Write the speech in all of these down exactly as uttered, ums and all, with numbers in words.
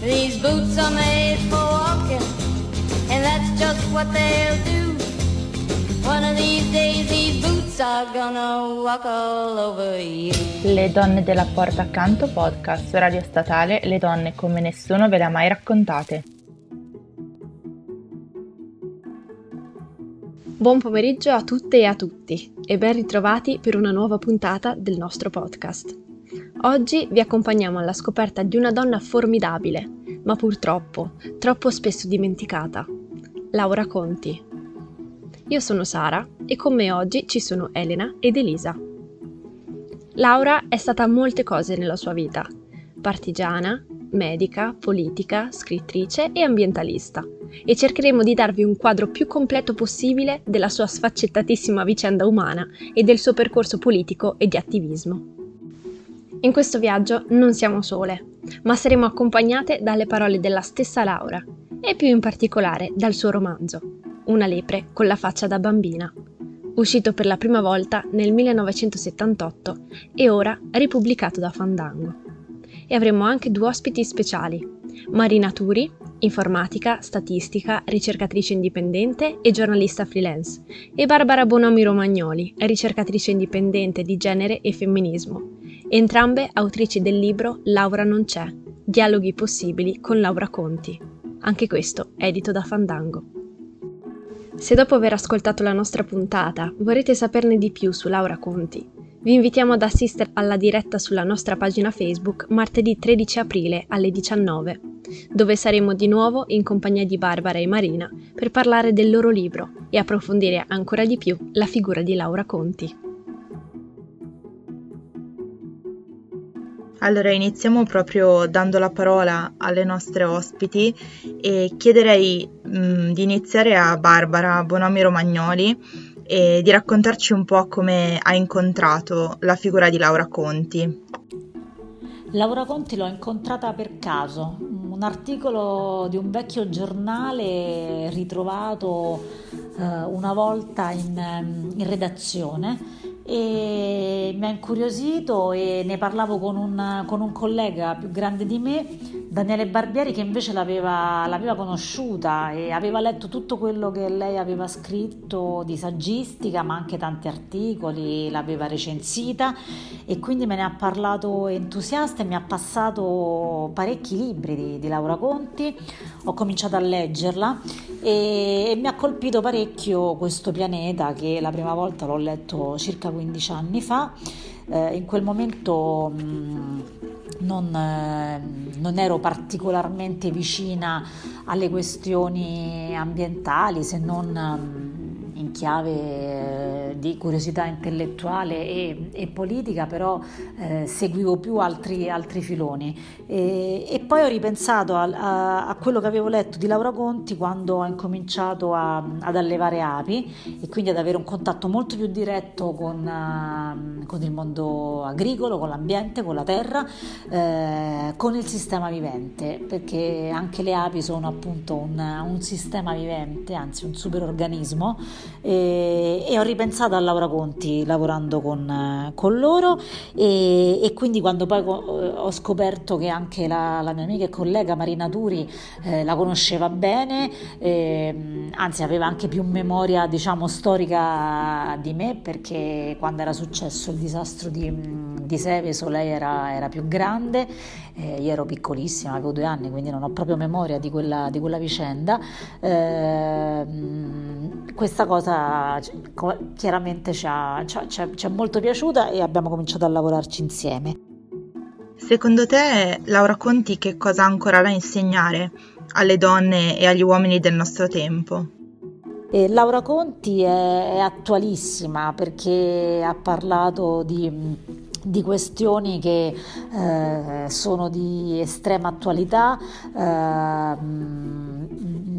These boots are made for walking, and that's just what they'll do. One of these days these boots are gonna walk all over you. Le donne della Porta Accanto podcast, radio statale, le donne come nessuno ve le ha mai raccontate. Buon pomeriggio a tutte e a tutti e ben ritrovati per una nuova puntata del nostro podcast. Oggi vi accompagniamo alla scoperta di una donna formidabile, ma purtroppo troppo spesso dimenticata, Laura Conti. Io sono Sara e con me oggi ci sono Elena ed Elisa. Laura è stata molte cose nella sua vita: partigiana, medica, politica, scrittrice e ambientalista, e cercheremo di darvi un quadro più completo possibile della sua sfaccettatissima vicenda umana e del suo percorso politico e di attivismo. In questo viaggio non siamo sole, ma saremo accompagnate dalle parole della stessa Laura e più in particolare dal suo romanzo, Una lepre con la faccia da bambina, uscito per la prima volta nel millenovecentosettantotto e ora ripubblicato da Fandango. E avremo anche due ospiti speciali: Marina Turi, informatica, statistica, ricercatrice indipendente e giornalista freelance, e Barbara Bonomi Romagnoli, ricercatrice indipendente di genere e femminismo, entrambe autrici del libro Laura non c'è, dialoghi possibili con Laura Conti, anche questo edito da Fandango. Se dopo aver ascoltato la nostra puntata vorrete saperne di più su Laura Conti, vi invitiamo ad assistere alla diretta sulla nostra pagina Facebook martedì tredici aprile alle diciannove, dove saremo di nuovo in compagnia di Barbara e Marina per parlare del loro libro e approfondire ancora di più la figura di Laura Conti. Allora iniziamo proprio dando la parola alle nostre ospiti e chiederei mh, di iniziare a Barbara Bonomi Romagnoli e di raccontarci un po' come ha incontrato la figura di Laura Conti. Laura Conti l'ho incontrata per caso, un articolo di un vecchio giornale ritrovato eh, una volta in, in redazione, e mi ha incuriosito e ne parlavo con un, con un collega più grande di me, Daniele Barbieri, che invece l'aveva, l'aveva conosciuta e aveva letto tutto quello che lei aveva scritto di saggistica, ma anche tanti articoli, l'aveva recensita e quindi me ne ha parlato entusiasta e mi ha passato parecchi libri di, di Laura Conti. Ho cominciato a leggerla e, e mi ha colpito parecchio questo pianeta, che la prima volta l'ho letto circa quindici anni fa. Eh, in quel momento mh, non, eh, non ero particolarmente vicina alle questioni ambientali, se non mh, in chiave eh, di curiosità intellettuale e, e politica, però eh, seguivo più altri, altri filoni. E, e poi ho ripensato a, a, a quello che avevo letto di Laura Conti quando ho incominciato a, ad allevare api e quindi ad avere un contatto molto più diretto con, uh, con il mondo agricolo, con l'ambiente, con la terra, eh, con il sistema vivente, perché anche le api sono appunto un, un sistema vivente, anzi un superorganismo. E, e ho ripensato a Laura Conti lavorando con, con loro e, e quindi quando poi ho scoperto che anche la, la mia amica e collega Marina Turi eh, la conosceva bene, eh, anzi aveva anche più memoria, diciamo, storica di me, perché quando era successo il disastro di, di Seveso lei era, era più grande, eh, io ero piccolissima, avevo due anni, quindi non ho proprio memoria di quella, di quella vicenda. Eh, questa cosa chiaramente ci, ha, ci, ha, ci è molto piaciuta e abbiamo cominciato a lavorarci insieme. Secondo te Laura Conti che cosa ha ancora da insegnare alle donne e agli uomini del nostro tempo? E Laura Conti è, è attualissima, perché ha parlato di, di questioni che eh, sono di estrema attualità, eh,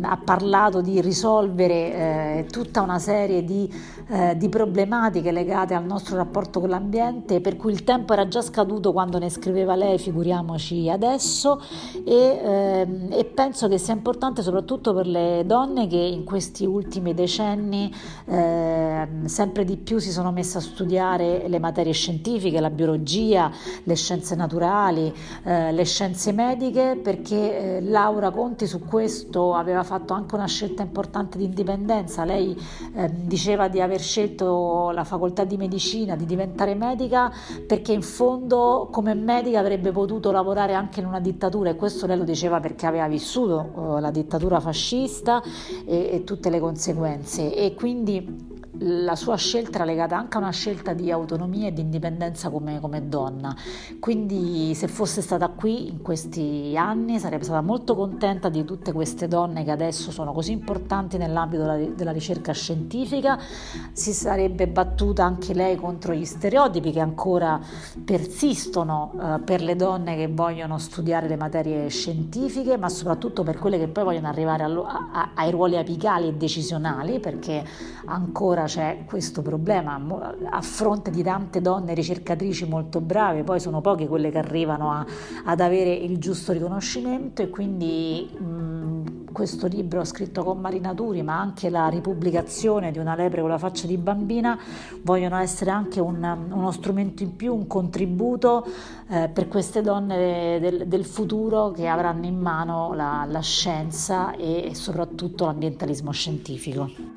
ha parlato di risolvere eh, tutta una serie di, eh, di problematiche legate al nostro rapporto con l'ambiente, per cui il tempo era già scaduto quando ne scriveva lei, figuriamoci adesso, e, ehm, e penso che sia importante soprattutto per le donne che in questi ultimi decenni eh, sempre di più si sono messe a studiare le materie scientifiche, la biologia, le scienze naturali, eh, le scienze mediche, perché eh, Laura Conti su questo aveva fatto anche una scelta importante di indipendenza. Lei eh, diceva di aver scelto la facoltà di medicina, di diventare medica, perché in fondo come medica avrebbe potuto lavorare anche in una dittatura, e questo lei lo diceva perché aveva vissuto eh, la dittatura fascista e, e tutte le conseguenze, e quindi la sua scelta era legata anche a una scelta di autonomia e di indipendenza come, come donna. Quindi se fosse stata qui in questi anni sarebbe stata molto contenta di tutte queste donne che adesso sono così importanti nell'ambito della, della ricerca scientifica. Si sarebbe battuta anche lei contro gli stereotipi che ancora persistono eh, per le donne che vogliono studiare le materie scientifiche, ma soprattutto per quelle che poi vogliono arrivare a, a, ai ruoli apicali e decisionali, perché ancora c'è questo problema a fronte di tante donne ricercatrici molto brave, poi sono poche quelle che arrivano a, ad avere il giusto riconoscimento, e quindi mh, questo libro scritto con Marina Turi, ma anche la ripubblicazione di Una lepre con la faccia di bambina, vogliono essere anche un, uno strumento in più, un contributo eh, per queste donne del, del futuro che avranno in mano la, la scienza e, e soprattutto l'ambientalismo scientifico.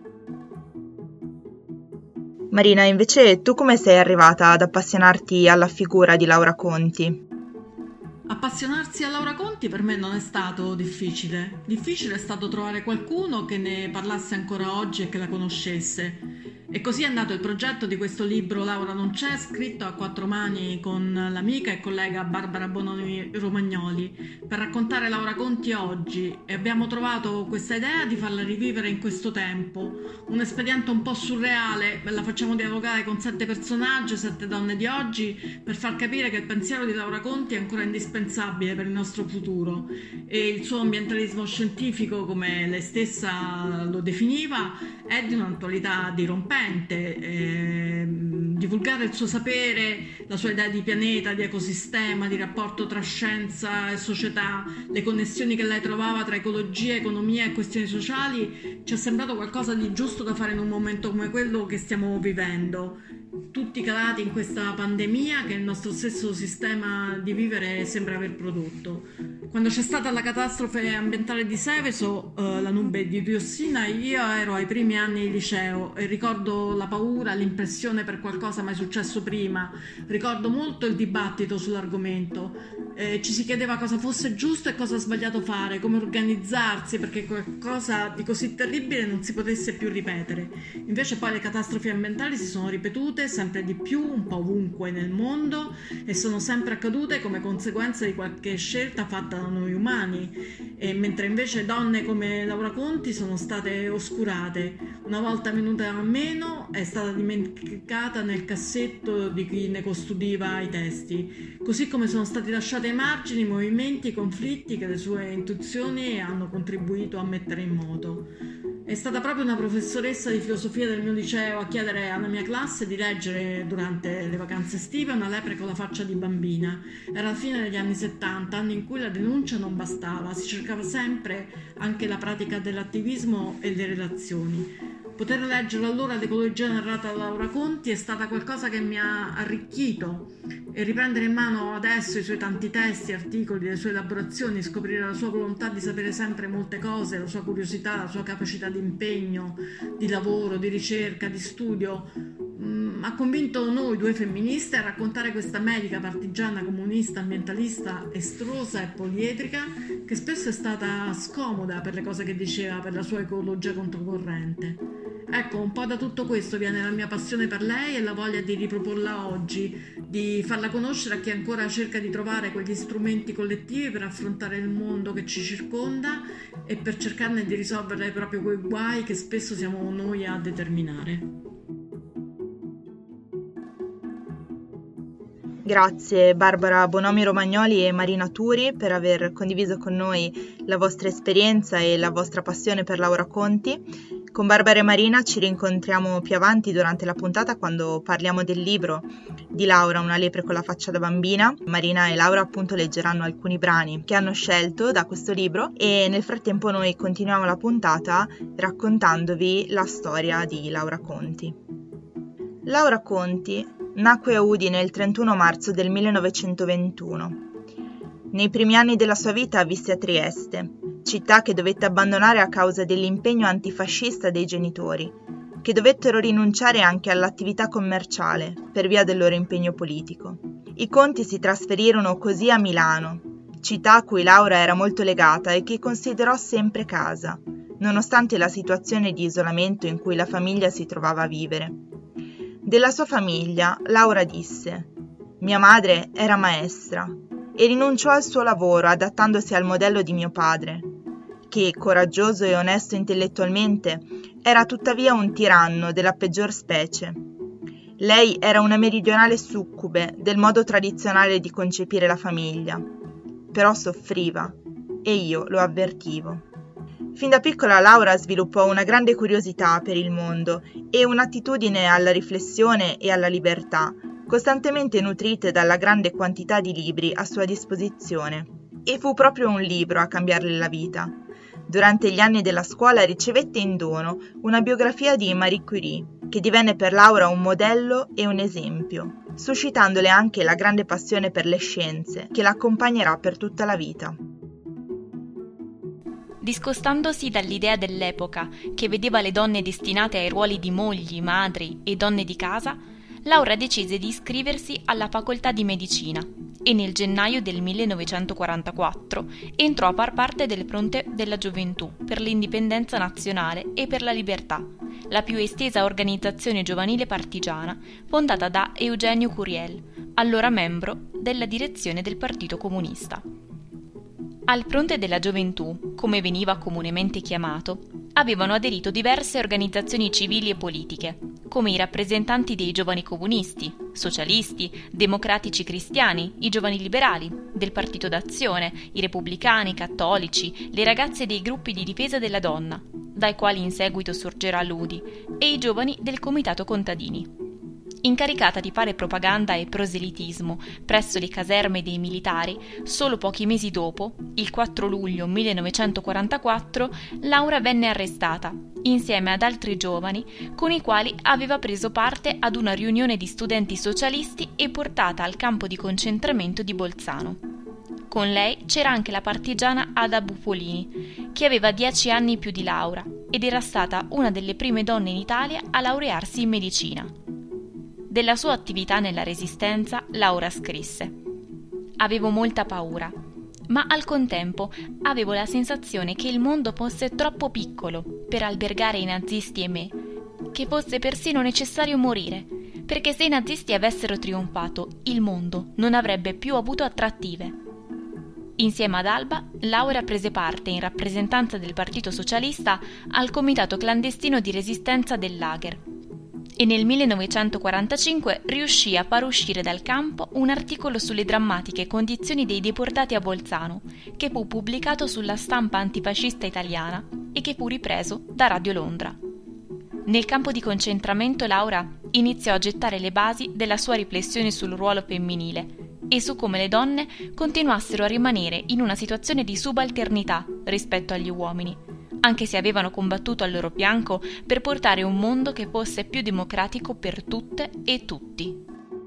Marina, invece tu come sei arrivata ad appassionarti alla figura di Laura Conti? Appassionarsi a Laura Conti per me non è stato difficile. Difficile è stato trovare qualcuno che ne parlasse ancora oggi e che la conoscesse. E così è nato il progetto di questo libro Laura non c'è, scritto a quattro mani con l'amica e collega Barbara Bonomi Romagnoli, per raccontare Laura Conti oggi, e abbiamo trovato questa idea di farla rivivere in questo tempo, un espediente un po' surreale. La facciamo dialogare con sette personaggi, sette donne di oggi, per far capire che il pensiero di Laura Conti è ancora indispensabile per il nostro futuro, e il suo ambientalismo scientifico, come lei stessa lo definiva, è di un'attualità dirompente. Eh, divulgare il suo sapere, la sua idea di pianeta, di ecosistema, di rapporto tra scienza e società, le connessioni che lei trovava tra ecologia, economia e questioni sociali, ci è sembrato qualcosa di giusto da fare in un momento come quello che stiamo vivendo, tutti calati in questa pandemia che il nostro stesso sistema di vivere sembra aver prodotto. Quando c'è stata la catastrofe ambientale di Seveso, eh, la nube di diossina, io ero ai primi anni di liceo e ricordo la paura, l'impressione per qualcosa mai successo prima. Ricordo molto il dibattito sull'argomento. Eh, ci si chiedeva cosa fosse giusto e cosa sbagliato fare, come organizzarsi perché qualcosa di così terribile non si potesse più ripetere. Invece poi le catastrofi ambientali si sono ripetute sempre di più, un po' ovunque nel mondo, e sono sempre accadute come conseguenza di qualche scelta fatta da noi umani, e mentre invece donne come Laura Conti sono state oscurate, una volta venuta a meno è stata dimenticata nel cassetto di chi ne custodiva i testi, così come sono stati lasciati ai margini i movimenti e i conflitti che le sue intuizioni hanno contribuito a mettere in moto. È stata proprio una professoressa di filosofia del mio liceo a chiedere alla mia classe di leggere durante le vacanze estive Una lepre con la faccia di bambina. Era la fine degli anni settanta, anni in cui la denuncia non bastava, si cercava sempre anche la pratica dell'attivismo e le relazioni. Poter leggere allora l'ecologia narrata da Laura Conti è stata qualcosa che mi ha arricchito, e riprendere in mano adesso i suoi tanti testi, articoli, le sue elaborazioni, scoprire la sua volontà di sapere sempre molte cose, la sua curiosità, la sua capacità di impegno, di lavoro, di ricerca, di studio, mh, ha convinto noi due femministe a raccontare questa medica partigiana, comunista, ambientalista, estrosa e poliedrica, che spesso è stata scomoda per le cose che diceva, per la sua ecologia controcorrente. Ecco, un po' da tutto questo viene la mia passione per lei e la voglia di riproporla oggi, di farla conoscere a chi ancora cerca di trovare quegli strumenti collettivi per affrontare il mondo che ci circonda e per cercarne di risolvere proprio quei guai che spesso siamo noi a determinare. Grazie Barbara Bonomi Romagnoli e Marina Turi per aver condiviso con noi la vostra esperienza e la vostra passione per Laura Conti. Con Barbara e Marina ci rincontriamo più avanti durante la puntata quando parliamo del libro di Laura, Una lepre con la faccia da bambina. Marina e Laura appunto leggeranno alcuni brani che hanno scelto da questo libro e nel frattempo noi continuiamo la puntata raccontandovi la storia di Laura Conti. Laura Conti nacque a Udine il trentuno marzo del millenovecentoventuno. Nei primi anni della sua vita visse a Trieste, città che dovette abbandonare a causa dell'impegno antifascista dei genitori, che dovettero rinunciare anche all'attività commerciale per via del loro impegno politico. I Conti si trasferirono così a Milano, città a cui Laura era molto legata e che considerò sempre casa, nonostante la situazione di isolamento in cui la famiglia si trovava a vivere. Della sua famiglia, Laura disse: «Mia madre era maestra e rinunciò al suo lavoro adattandosi al modello di mio padre, che, coraggioso e onesto intellettualmente, era tuttavia un tiranno della peggior specie. Lei era una meridionale succube del modo tradizionale di concepire la famiglia, però soffriva e io lo avvertivo». Fin da piccola Laura sviluppò una grande curiosità per il mondo e un'attitudine alla riflessione e alla libertà, costantemente nutrite dalla grande quantità di libri a sua disposizione. E fu proprio un libro a cambiarle la vita. Durante gli anni della scuola ricevette in dono una biografia di Marie Curie, che divenne per Laura un modello e un esempio, suscitandole anche la grande passione per le scienze, che la accompagnerà per tutta la vita. Discostandosi dall'idea dell'epoca che vedeva le donne destinate ai ruoli di mogli, madri e donne di casa, Laura decise di iscriversi alla facoltà di medicina e nel gennaio del millenovecentoquarantaquattro entrò a far parte del Fronte della Gioventù per l'indipendenza nazionale e per la libertà, la più estesa organizzazione giovanile partigiana fondata da Eugenio Curiel, allora membro della direzione del Partito Comunista. Al Fronte della Gioventù, come veniva comunemente chiamato, avevano aderito diverse organizzazioni civili e politiche, come i rappresentanti dei giovani comunisti, socialisti, democratici cristiani, i giovani liberali, del Partito d'Azione, i repubblicani, cattolici, le ragazze dei gruppi di difesa della donna, dai quali in seguito sorgerà l'U D I, e i giovani del Comitato Contadini. Incaricata di fare propaganda e proselitismo presso le caserme dei militari, solo pochi mesi dopo, il quattro luglio millenovecentoquarantaquattro, Laura venne arrestata, insieme ad altri giovani con i quali aveva preso parte ad una riunione di studenti socialisti e portata al campo di concentramento di Bolzano. Con lei c'era anche la partigiana Ada Bufolini, che aveva dieci anni più di Laura ed era stata una delle prime donne in Italia a laurearsi in medicina. Della sua attività nella Resistenza, Laura scrisse: «Avevo molta paura, ma al contempo avevo la sensazione che il mondo fosse troppo piccolo per albergare i nazisti e me, che fosse persino necessario morire, perché se i nazisti avessero trionfato, il mondo non avrebbe più avuto attrattive». Insieme ad Alba, Laura prese parte, in rappresentanza del Partito Socialista, al comitato clandestino di resistenza del Lager, e nel millenovecentoquarantacinque riuscì a far uscire dal campo un articolo sulle drammatiche condizioni dei deportati a Bolzano, che fu pubblicato sulla stampa antifascista italiana e che fu ripreso da Radio Londra. Nel campo di concentramento Laura iniziò a gettare le basi della sua riflessione sul ruolo femminile e su come le donne continuassero a rimanere in una situazione di subalternità rispetto agli uomini, anche se avevano combattuto al loro fianco per portare un mondo che fosse più democratico per tutte e tutti.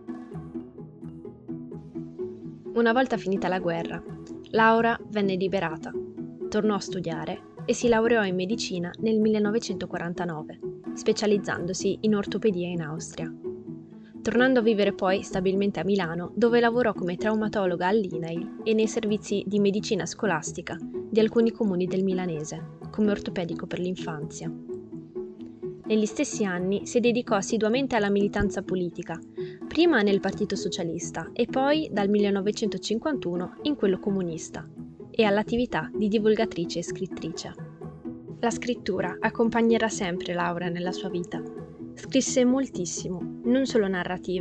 Una volta finita la guerra, Laura venne liberata, tornò a studiare e si laureò in medicina nel millenovecentoquarantanove, specializzandosi in ortopedia in Austria. Tornando a vivere poi stabilmente a Milano, dove lavorò come traumatologa all'I N A I L e nei servizi di medicina scolastica di alcuni comuni del milanese, come ortopedico per l'infanzia. Negli stessi anni si dedicò assiduamente alla militanza politica, prima nel Partito Socialista e poi dal millenovecentocinquantuno in quello comunista, e all'attività di divulgatrice e scrittrice. La scrittura accompagnerà sempre Laura nella sua vita. Scrisse moltissimo, non solo narrativa,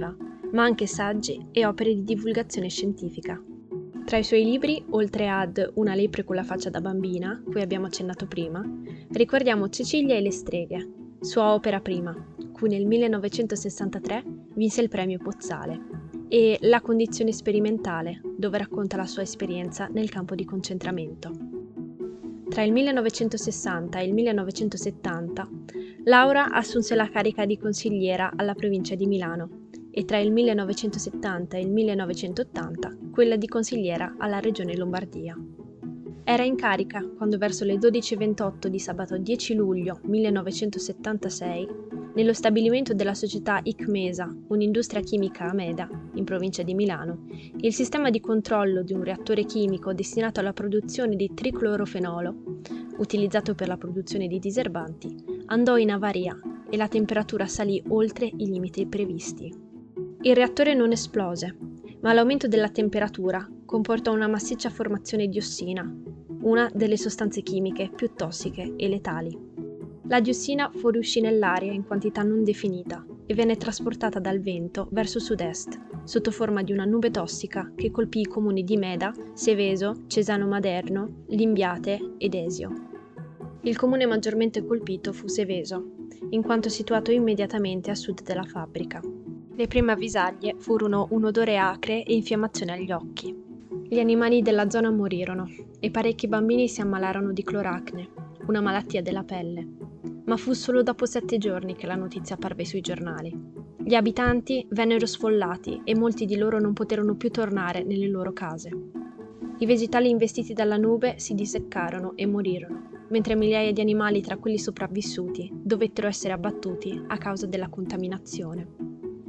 ma anche saggi e opere di divulgazione scientifica. Tra i suoi libri, oltre ad Una lepre con la faccia da bambina, cui abbiamo accennato prima, ricordiamo Cecilia e le streghe, sua opera prima, cui nel millenovecentosessantatré vinse il premio Pozzale, e La condizione sperimentale, dove racconta la sua esperienza nel campo di concentramento. Tra il millenovecentosessanta e il millenovecentosettanta, Laura assunse la carica di consigliera alla provincia di Milano e tra il millenovecentosettanta e il millenovecentottanta quella di consigliera alla regione Lombardia. Era in carica quando verso le dodici e ventotto di sabato dieci luglio millenovecentosettantasei, nello stabilimento della società Icmesa, un'industria chimica a Meda, in provincia di Milano, il sistema di controllo di un reattore chimico destinato alla produzione di triclorofenolo, utilizzato per la produzione di diserbanti, andò in avaria e la temperatura salì oltre i limiti previsti. Il reattore non esplose, ma l'aumento della temperatura comportò una massiccia formazione di diossina, una delle sostanze chimiche più tossiche e letali. La diossina fuoriuscì nell'aria in quantità non definita e venne trasportata dal vento verso sud-est, sotto forma di una nube tossica che colpì i comuni di Meda, Seveso, Cesano Maderno, Limbiate ed Esio. Il comune maggiormente colpito fu Seveso, in quanto situato immediatamente a sud della fabbrica. Le prime avvisaglie furono un odore acre e infiammazione agli occhi. Gli animali della zona morirono e parecchi bambini si ammalarono di cloracne, una malattia della pelle. Ma fu solo dopo sette giorni che la notizia apparve sui giornali. Gli abitanti vennero sfollati e molti di loro non poterono più tornare nelle loro case. I vegetali investiti dalla nube si disseccarono e morirono, mentre migliaia di animali tra quelli sopravvissuti dovettero essere abbattuti a causa della contaminazione.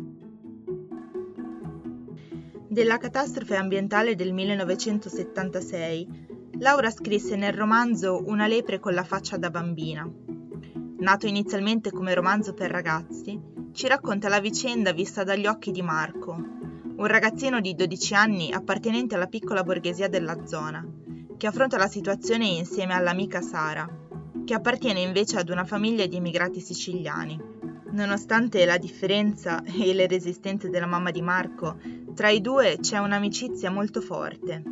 Della catastrofe ambientale del millenovecentosettantasei, Laura scrisse nel romanzo Una lepre con la faccia da bambina. Nato inizialmente come romanzo per ragazzi, ci racconta la vicenda vista dagli occhi di Marco, un ragazzino di dodici anni appartenente alla piccola borghesia della zona, che affronta la situazione insieme all'amica Sara, che appartiene invece ad una famiglia di immigrati siciliani. Nonostante la differenza e le resistenze della mamma di Marco, tra i due c'è un'amicizia molto forte.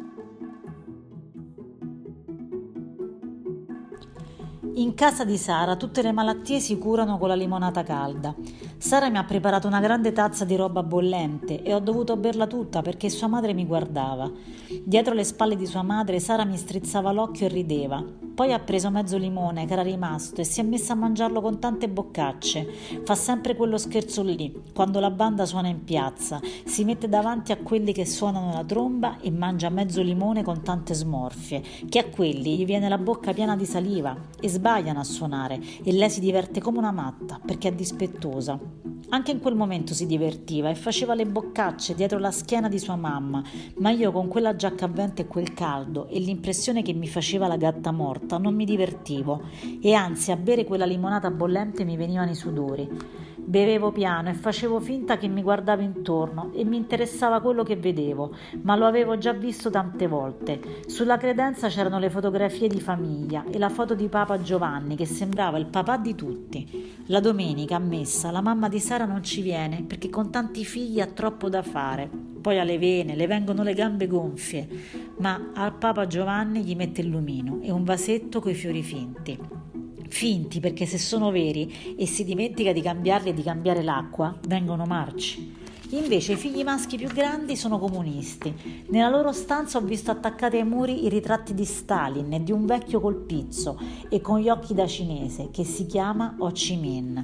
In casa di Sara tutte le malattie si curano con la limonata calda. Sara mi ha preparato una grande tazza di roba bollente e ho dovuto berla tutta perché sua madre mi guardava. Dietro le spalle di sua madre Sara mi strizzava l'occhio e rideva. Poi ha preso mezzo limone che era rimasto e si è messa a mangiarlo con tante boccacce. Fa sempre quello scherzo lì, quando la banda suona in piazza. Si mette davanti a quelli che suonano la tromba e mangia mezzo limone con tante smorfie, che a quelli gli viene la bocca piena di saliva e sbagliano a suonare e lei si diverte come una matta perché è dispettosa. Anche in quel momento si divertiva e faceva le boccacce dietro la schiena di sua mamma, ma io con quella giacca a vento e quel caldo e l'impressione che mi faceva la gatta morta non mi divertivo e anzi a bere quella limonata bollente mi venivano i sudori. Bevevo piano e facevo finta che mi guardavo intorno e mi interessava quello che vedevo, ma lo avevo già visto tante volte. Sulla credenza c'erano le fotografie di famiglia e la foto di Papa Giovanni che sembrava il papà di tutti. La domenica a messa la mamma di Sara non ci viene perché con tanti figli ha troppo da fare. Poi alle vene le vengono le gambe gonfie, ma al Papa Giovanni gli mette il lumino e un vasetto coi fiori finti. Finti perché se sono veri e si dimentica di cambiarli e di cambiare l'acqua, vengono marci. Invece i figli maschi più grandi sono comunisti. Nella loro stanza ho visto attaccati ai muri i ritratti di Stalin e di un vecchio col pizzo e con gli occhi da cinese che si chiama Ho Chi Minh.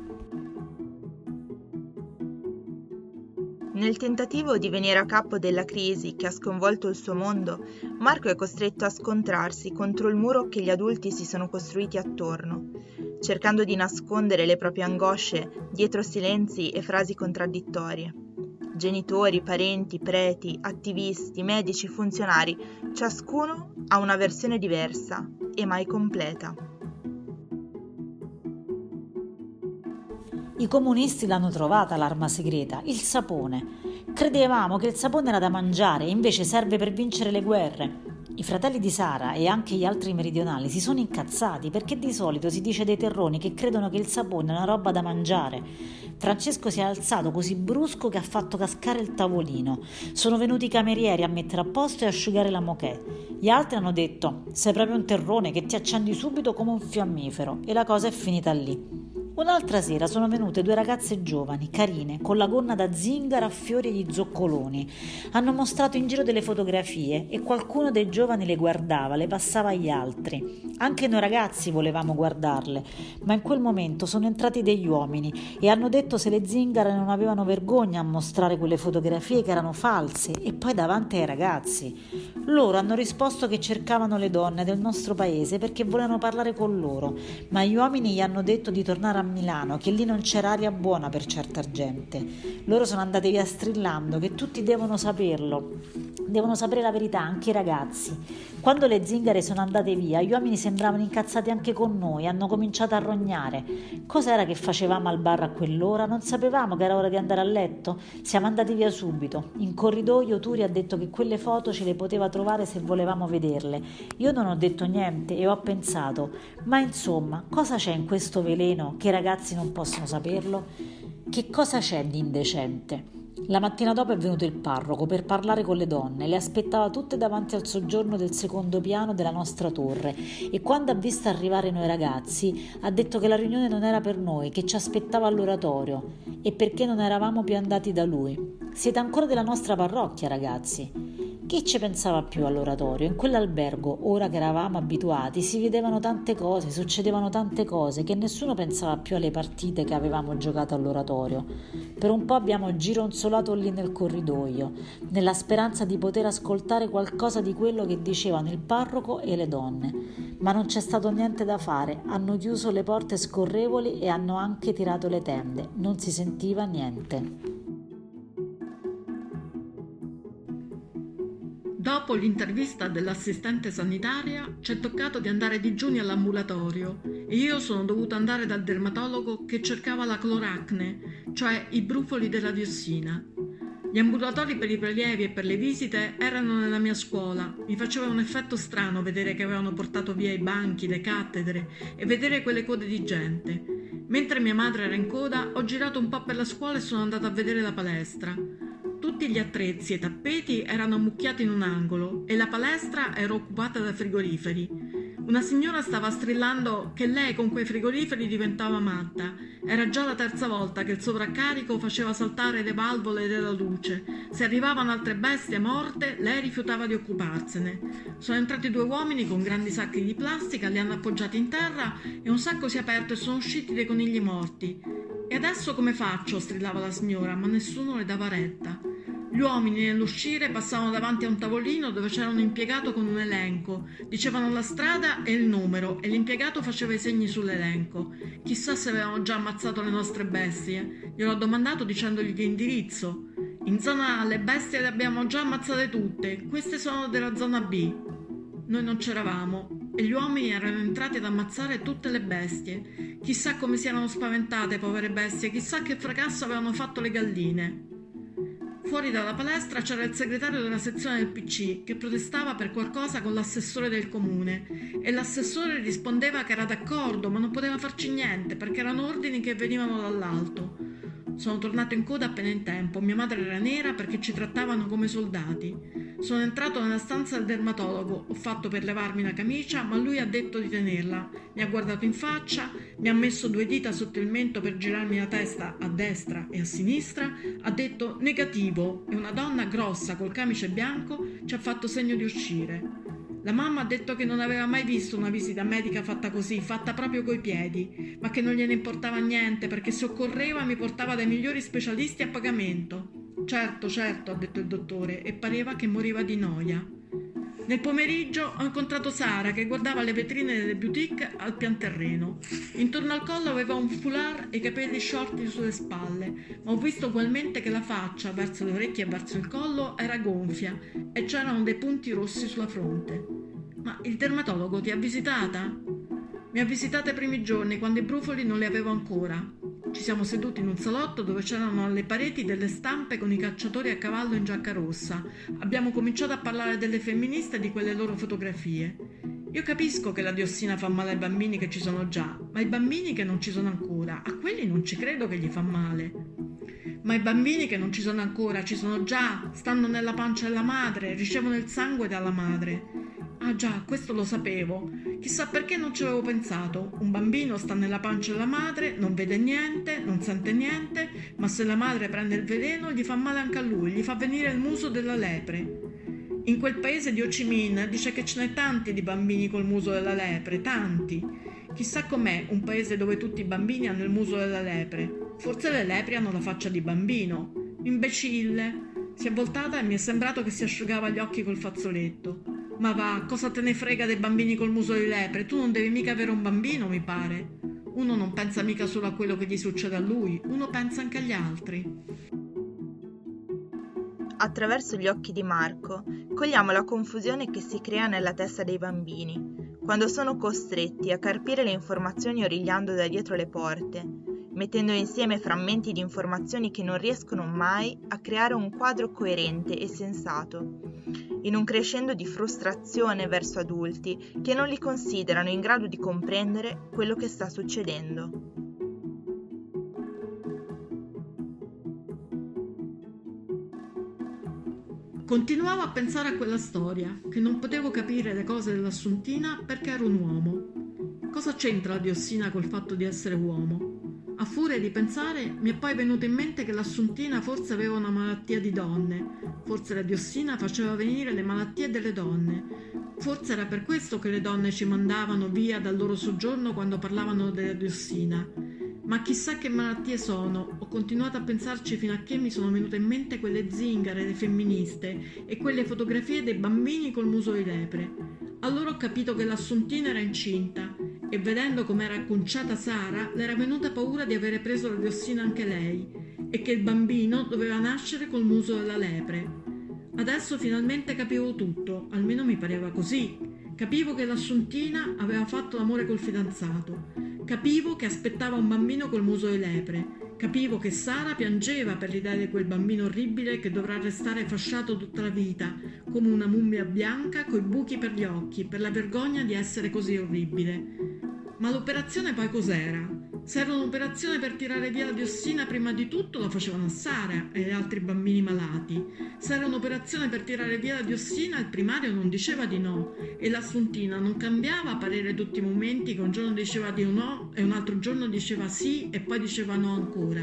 Nel tentativo di venire a capo della crisi che ha sconvolto il suo mondo, Marco è costretto a scontrarsi contro il muro che gli adulti si sono costruiti attorno, cercando di nascondere le proprie angosce dietro silenzi e frasi contraddittorie. Genitori, parenti, preti, attivisti, medici, funzionari, ciascuno ha una versione diversa e mai completa. I comunisti l'hanno trovata l'arma segreta, il sapone. Credevamo che il sapone era da mangiare e invece serve per vincere le guerre. I fratelli di Sara e anche gli altri meridionali si sono incazzati perché di solito si dice dei terroni che credono che il sapone è una roba da mangiare. Francesco si è alzato così brusco che ha fatto cascare il tavolino. Sono venuti i camerieri a mettere a posto e asciugare la moquette. Gli altri hanno detto: sei proprio un terrone che ti accendi subito come un fiammifero, e la cosa è finita lì. Un'altra sera sono venute due ragazze giovani, carine, con la gonna da zingara a fiori e gli zoccoloni. Hanno mostrato in giro delle fotografie e qualcuno dei giovani le guardava, le passava agli altri. Anche noi ragazzi volevamo guardarle, ma in quel momento sono entrati degli uomini e hanno detto se le zingare non avevano vergogna a mostrare quelle fotografie che erano false, e poi davanti ai ragazzi. Loro hanno risposto che cercavano le donne del nostro paese perché volevano parlare con loro, ma gli uomini gli hanno detto di tornare a Milano, che lì non c'era aria buona per certa gente. Loro sono andati via strillando che tutti devono saperlo, devono sapere la verità, anche i ragazzi. Quando le zingare sono andate via, gli uomini sembravano incazzati anche con noi, hanno cominciato a rognare. Cos'era che facevamo al bar a quell'ora? Non sapevamo che era ora di andare a letto? Siamo andati via subito. In corridoio Turi ha detto che quelle foto ce le poteva trovare se volevamo vederle. Io non ho detto niente e ho pensato: ma insomma, cosa c'è in questo veleno che i ragazzi non possono saperlo? Che cosa c'è di indecente? La mattina dopo è venuto il parroco per parlare con le donne, le aspettava tutte davanti al soggiorno del secondo piano della nostra torre, e quando ha visto arrivare noi ragazzi ha detto che la riunione non era per noi, che ci aspettava all'oratorio, e perché non eravamo più andati da lui. Siete ancora della nostra parrocchia, ragazzi? Chi ci pensava più all'oratorio? In quell'albergo, ora che eravamo abituati, si vedevano tante cose, succedevano tante cose, che nessuno pensava più alle partite che avevamo giocato all'oratorio. Per un po' abbiamo gironzolato lì nel corridoio, nella speranza di poter ascoltare qualcosa di quello che dicevano il parroco e le donne. Ma non c'è stato niente da fare, hanno chiuso le porte scorrevoli e hanno anche tirato le tende, non si sentiva niente. Dopo l'intervista dell'assistente sanitaria ci è toccato di andare digiuni all'ambulatorio e io sono dovuta andare dal dermatologo che cercava la cloracne, cioè i brufoli della diossina. Gli ambulatori per i prelievi e per le visite erano nella mia scuola. Mi faceva un effetto strano vedere che avevano portato via i banchi, le cattedre e vedere quelle code di gente. Mentre mia madre era in coda, ho girato un po' per la scuola e sono andata a vedere la palestra. Tutti gli attrezzi e tappeti erano ammucchiati in un angolo e la palestra era occupata da frigoriferi. Una signora stava strillando che lei con quei frigoriferi diventava matta. Era già la terza volta che il sovraccarico faceva saltare le valvole della luce. Se arrivavano altre bestie morte, lei rifiutava di occuparsene. Sono entrati due uomini con grandi sacchi di plastica, li hanno appoggiati in terra e un sacco si è aperto e sono usciti dei conigli morti. E adesso come faccio? Strillava la signora, ma nessuno le dava retta. Gli uomini nell'uscire passavano davanti a un tavolino dove c'era un impiegato con un elenco. Dicevano la strada e il numero e l'impiegato faceva i segni sull'elenco. Chissà se avevano già ammazzato le nostre bestie. Gliel'ho domandato dicendogli l'indirizzo. In zona A le bestie le abbiamo già ammazzate tutte, queste sono della zona B. Noi non c'eravamo e gli uomini erano entrati ad ammazzare tutte le bestie. Chissà come si erano spaventate, povere bestie, chissà che fracasso avevano fatto le galline. Fuori dalla palestra c'era il segretario della sezione del P C che protestava per qualcosa con l'assessore del comune e l'assessore rispondeva che era d'accordo ma non poteva farci niente perché erano ordini che venivano dall'alto. Sono tornato in coda appena in tempo, mia madre era nera perché ci trattavano come soldati. Sono entrato nella stanza del dermatologo, ho fatto per levarmi la camicia ma lui ha detto di tenerla. Mi ha guardato in faccia, mi ha messo due dita sotto il mento per girarmi la testa a destra e a sinistra, ha detto negativo e una donna grossa col camice bianco ci ha fatto segno di uscire. La mamma ha detto che non aveva mai visto una visita medica fatta così, fatta proprio coi piedi, ma che non gliene importava niente perché se occorreva mi portava dai migliori specialisti a pagamento. Certo, certo, ha detto il dottore e pareva che moriva di noia. Nel pomeriggio ho incontrato Sara che guardava le vetrine delle boutique al pian terreno. Intorno al collo aveva un foulard e i capelli sciolti sulle spalle, ma ho visto ugualmente che la faccia, verso le orecchie e verso il collo, era gonfia e c'erano dei punti rossi sulla fronte. Ma il dermatologo ti ha visitata? Mi ha visitata i primi giorni, quando i brufoli non li avevo ancora. Ci siamo seduti in un salotto dove c'erano alle pareti delle stampe con i cacciatori a cavallo in giacca rossa. Abbiamo cominciato a parlare delle femministe e di quelle loro fotografie. Io capisco che la diossina fa male ai bambini che ci sono già, ma i bambini che non ci sono ancora, a quelli non ci credo che gli fa male. Ma i bambini che non ci sono ancora, ci sono già, stanno nella pancia della madre, ricevono il sangue dalla madre. Ah già, questo lo sapevo. Chissà perché non ci avevo pensato. Un bambino sta nella pancia della madre, non vede niente, non sente niente, ma se la madre prende il veleno gli fa male anche a lui, gli fa venire il muso della lepre. In quel paese di Ho Chi Minh dice che ce n'è tanti di bambini col muso della lepre, tanti. Chissà com'è un paese dove tutti i bambini hanno il muso della lepre. Forse le lepri hanno la faccia di bambino. Imbecille. Si è voltata e mi è sembrato che si asciugava gli occhi col fazzoletto. Ma va, cosa te ne frega dei bambini col muso di lepre? Tu non devi mica avere un bambino, mi pare. Uno non pensa mica solo a quello che gli succede a lui, uno pensa anche agli altri. Attraverso gli occhi di Marco cogliamo la confusione che si crea nella testa dei bambini, quando sono costretti a carpire le informazioni origliando da dietro le porte, mettendo insieme frammenti di informazioni che non riescono mai a creare un quadro coerente e sensato, in un crescendo di frustrazione verso adulti che non li considerano in grado di comprendere quello che sta succedendo. Continuavo a pensare a quella storia, che non potevo capire le cose dell'Assuntina perché ero un uomo. Cosa c'entra la diossina col fatto di essere uomo? A furia di pensare mi è poi venuto in mente che l'Assuntina forse aveva una malattia di donne, forse la diossina faceva venire le malattie delle donne, forse era per questo che le donne ci mandavano via dal loro soggiorno quando parlavano della diossina. Ma chissà che malattie sono, ho continuato a pensarci fino a che mi sono venute in mente quelle zingare, le femministe, e quelle fotografie dei bambini col muso di lepre. Allora ho capito che l'Assuntina era incinta, e vedendo com'era acconciata Sara, le era venuta paura di avere preso la diossina anche lei, e che il bambino doveva nascere col muso della lepre. Adesso finalmente capivo tutto, almeno mi pareva così. Capivo che l'Assuntina aveva fatto l'amore col fidanzato. Capivo che aspettava un bambino col muso di lepre. Capivo che Sara piangeva per l'idea di quel bambino orribile che dovrà restare fasciato tutta la vita, come una mummia bianca coi buchi per gli occhi, per la vergogna di essere così orribile. Ma l'operazione poi cos'era? Se era un'operazione per tirare via la diossina, prima di tutto la facevano a Sara e agli altri bambini malati. Se era un'operazione per tirare via la diossina, il primario non diceva di no e l'Assuntina non cambiava parere tutti i momenti, che un giorno diceva di no e un altro giorno diceva sì e poi diceva no ancora.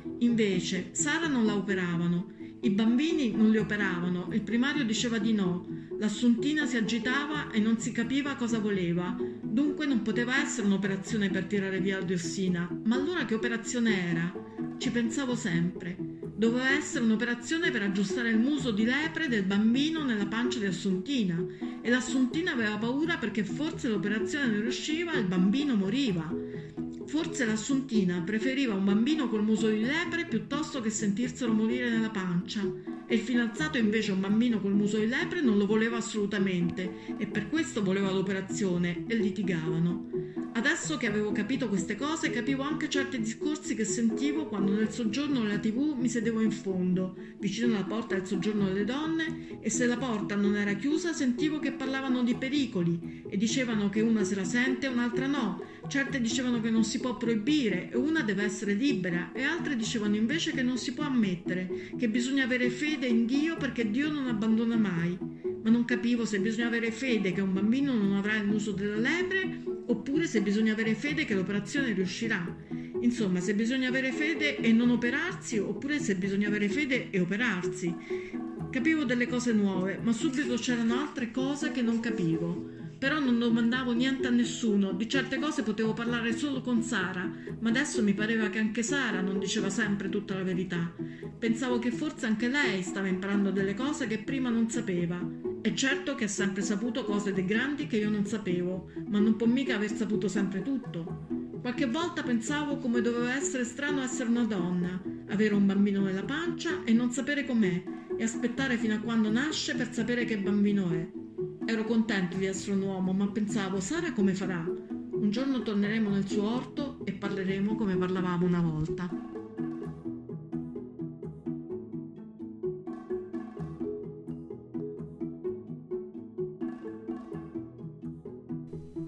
Invece Sara non la operavano, i bambini non li operavano, il primario diceva di no, l'Assuntina si agitava e non si capiva cosa voleva. Dunque non poteva essere un'operazione per tirare via la diossina. Ma allora che operazione era? Ci pensavo sempre. Doveva essere un'operazione per aggiustare il muso di lepre del bambino nella pancia di Assuntina, e l'Assuntina aveva paura perché forse l'operazione non riusciva e il bambino moriva. Forse l'Assuntina preferiva un bambino col muso di lepre piuttosto che sentirselo morire nella pancia, e il fidanzato invece un bambino col muso di lepre non lo voleva assolutamente e per questo voleva l'operazione e litigavano. Adesso che avevo capito queste cose, capivo anche certi discorsi che sentivo quando nel soggiorno della tivù mi sedevo in fondo, vicino alla porta del soggiorno delle donne, e se la porta non era chiusa sentivo che parlavano di pericoli e dicevano che una se la sente e un'altra no. Certe dicevano che non si può proibire e una deve essere libera, e altre dicevano invece che non si può ammettere, che bisogna avere fede in Dio perché Dio non abbandona mai. Ma non capivo se bisogna avere fede che un bambino non avrà il muso della lepre oppure se bisogna avere fede che l'operazione riuscirà. Insomma, se bisogna avere fede e non operarsi oppure se bisogna avere fede e operarsi. Capivo delle cose nuove, ma subito c'erano altre cose che non capivo. Però non domandavo niente a nessuno, di certe cose potevo parlare solo con Sara, ma adesso mi pareva che anche Sara non diceva sempre tutta la verità. Pensavo che forse anche lei stava imparando delle cose che prima non sapeva. È certo che ha sempre saputo cose dei grandi che io non sapevo, ma non può mica aver saputo sempre tutto. Qualche volta pensavo come doveva essere strano essere una donna, avere un bambino nella pancia e non sapere com'è, e aspettare fino a quando nasce per sapere che bambino è. Ero contento di essere un uomo, ma pensavo, Sara come farà? Un giorno torneremo nel suo orto e parleremo come parlavamo una volta.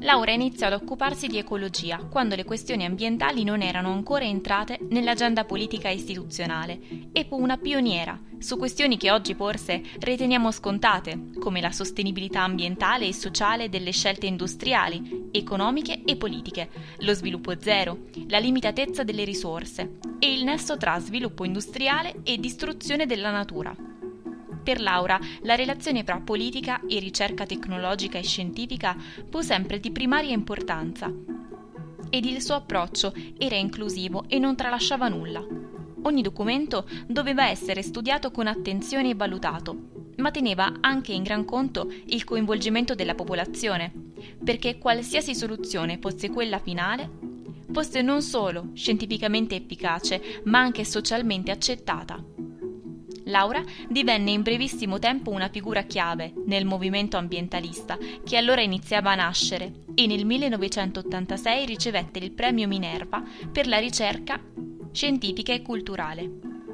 Laura iniziò ad occuparsi di ecologia quando le questioni ambientali non erano ancora entrate nell'agenda politica e istituzionale e fu una pioniera su questioni che oggi forse riteniamo scontate, come la sostenibilità ambientale e sociale delle scelte industriali, economiche e politiche, lo sviluppo zero, la limitatezza delle risorse e il nesso tra sviluppo industriale e distruzione della natura. Per Laura, la relazione tra politica e ricerca tecnologica e scientifica fu sempre di primaria importanza ed il suo approccio era inclusivo e non tralasciava nulla. Ogni documento doveva essere studiato con attenzione e valutato, ma teneva anche in gran conto il coinvolgimento della popolazione, perché qualsiasi soluzione fosse quella finale, fosse non solo scientificamente efficace, ma anche socialmente accettata. Laura divenne in brevissimo tempo una figura chiave nel movimento ambientalista che allora iniziava a nascere e nel millenovecentottantasei ricevette il premio Minerva per la ricerca scientifica e culturale.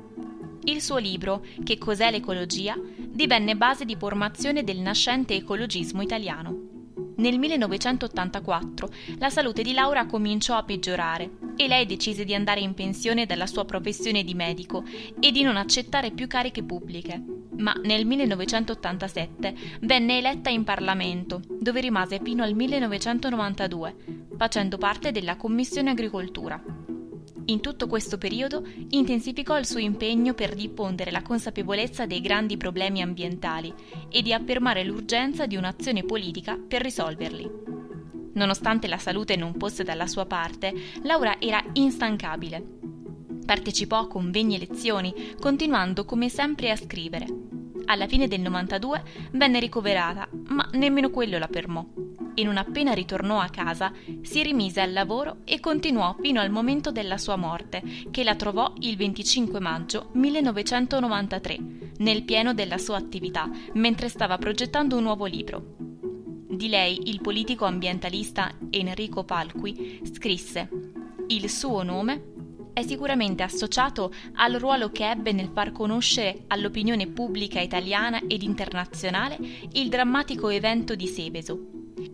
Il suo libro Che cos'è l'ecologia divenne base di formazione del nascente ecologismo italiano. Nel millenovecentottantaquattro la salute di Laura cominciò a peggiorare e lei decise di andare in pensione dalla sua professione di medico e di non accettare più cariche pubbliche. Ma nel millenovecentottantasette venne eletta in Parlamento, dove rimase fino al millenovecentonovantadue, facendo parte della Commissione Agricoltura. In tutto questo periodo intensificò il suo impegno per diffondere la consapevolezza dei grandi problemi ambientali e di affermare l'urgenza di un'azione politica per risolverli. Nonostante la salute non fosse dalla sua parte, Laura era instancabile. Partecipò a convegni e lezioni, continuando come sempre a scrivere. Alla fine del novantadue venne ricoverata, ma nemmeno quello la fermò. E non appena ritornò a casa, si rimise al lavoro e continuò fino al momento della sua morte, che la trovò il venticinque maggio millenovecentonovantatré, nel pieno della sua attività, mentre stava progettando un nuovo libro. Di lei il politico ambientalista Enrico Palqui scrisse: «Il suo nome è sicuramente associato al ruolo che ebbe nel far conoscere all'opinione pubblica italiana ed internazionale il drammatico evento di Seveso.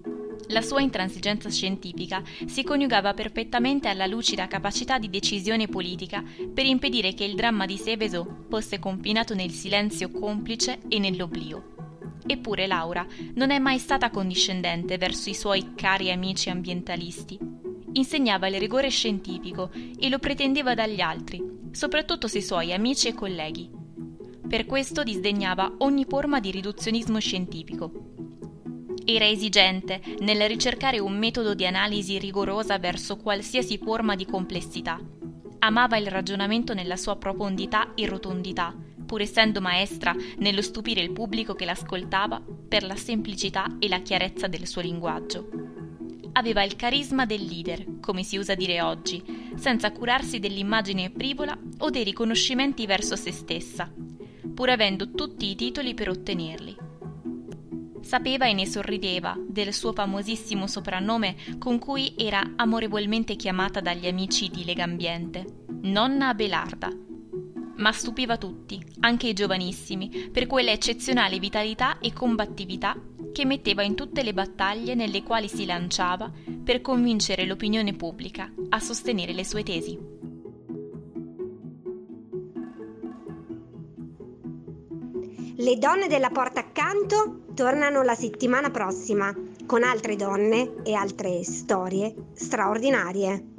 La sua intransigenza scientifica si coniugava perfettamente alla lucida capacità di decisione politica per impedire che il dramma di Seveso fosse confinato nel silenzio complice e nell'oblio. Eppure Laura non è mai stata condiscendente verso i suoi cari amici ambientalisti. Insegnava il rigore scientifico e lo pretendeva dagli altri, soprattutto se suoi amici e colleghi. Per questo disdegnava ogni forma di riduzionismo scientifico. Era esigente nel ricercare un metodo di analisi rigorosa verso qualsiasi forma di complessità. Amava il ragionamento nella sua profondità e rotondità, pur essendo maestra nello stupire il pubblico che l'ascoltava per la semplicità e la chiarezza del suo linguaggio. Aveva il carisma del leader, come si usa dire oggi, senza curarsi dell'immagine frivola o dei riconoscimenti verso se stessa, pur avendo tutti i titoli per ottenerli. Sapeva e ne sorrideva del suo famosissimo soprannome con cui era amorevolmente chiamata dagli amici di Legambiente, Nonna Abelarda. Ma stupiva tutti, anche i giovanissimi, per quella eccezionale vitalità e combattività che metteva in tutte le battaglie nelle quali si lanciava per convincere l'opinione pubblica a sostenere le sue tesi. Le donne della porta accanto tornano la settimana prossima con altre donne e altre storie straordinarie.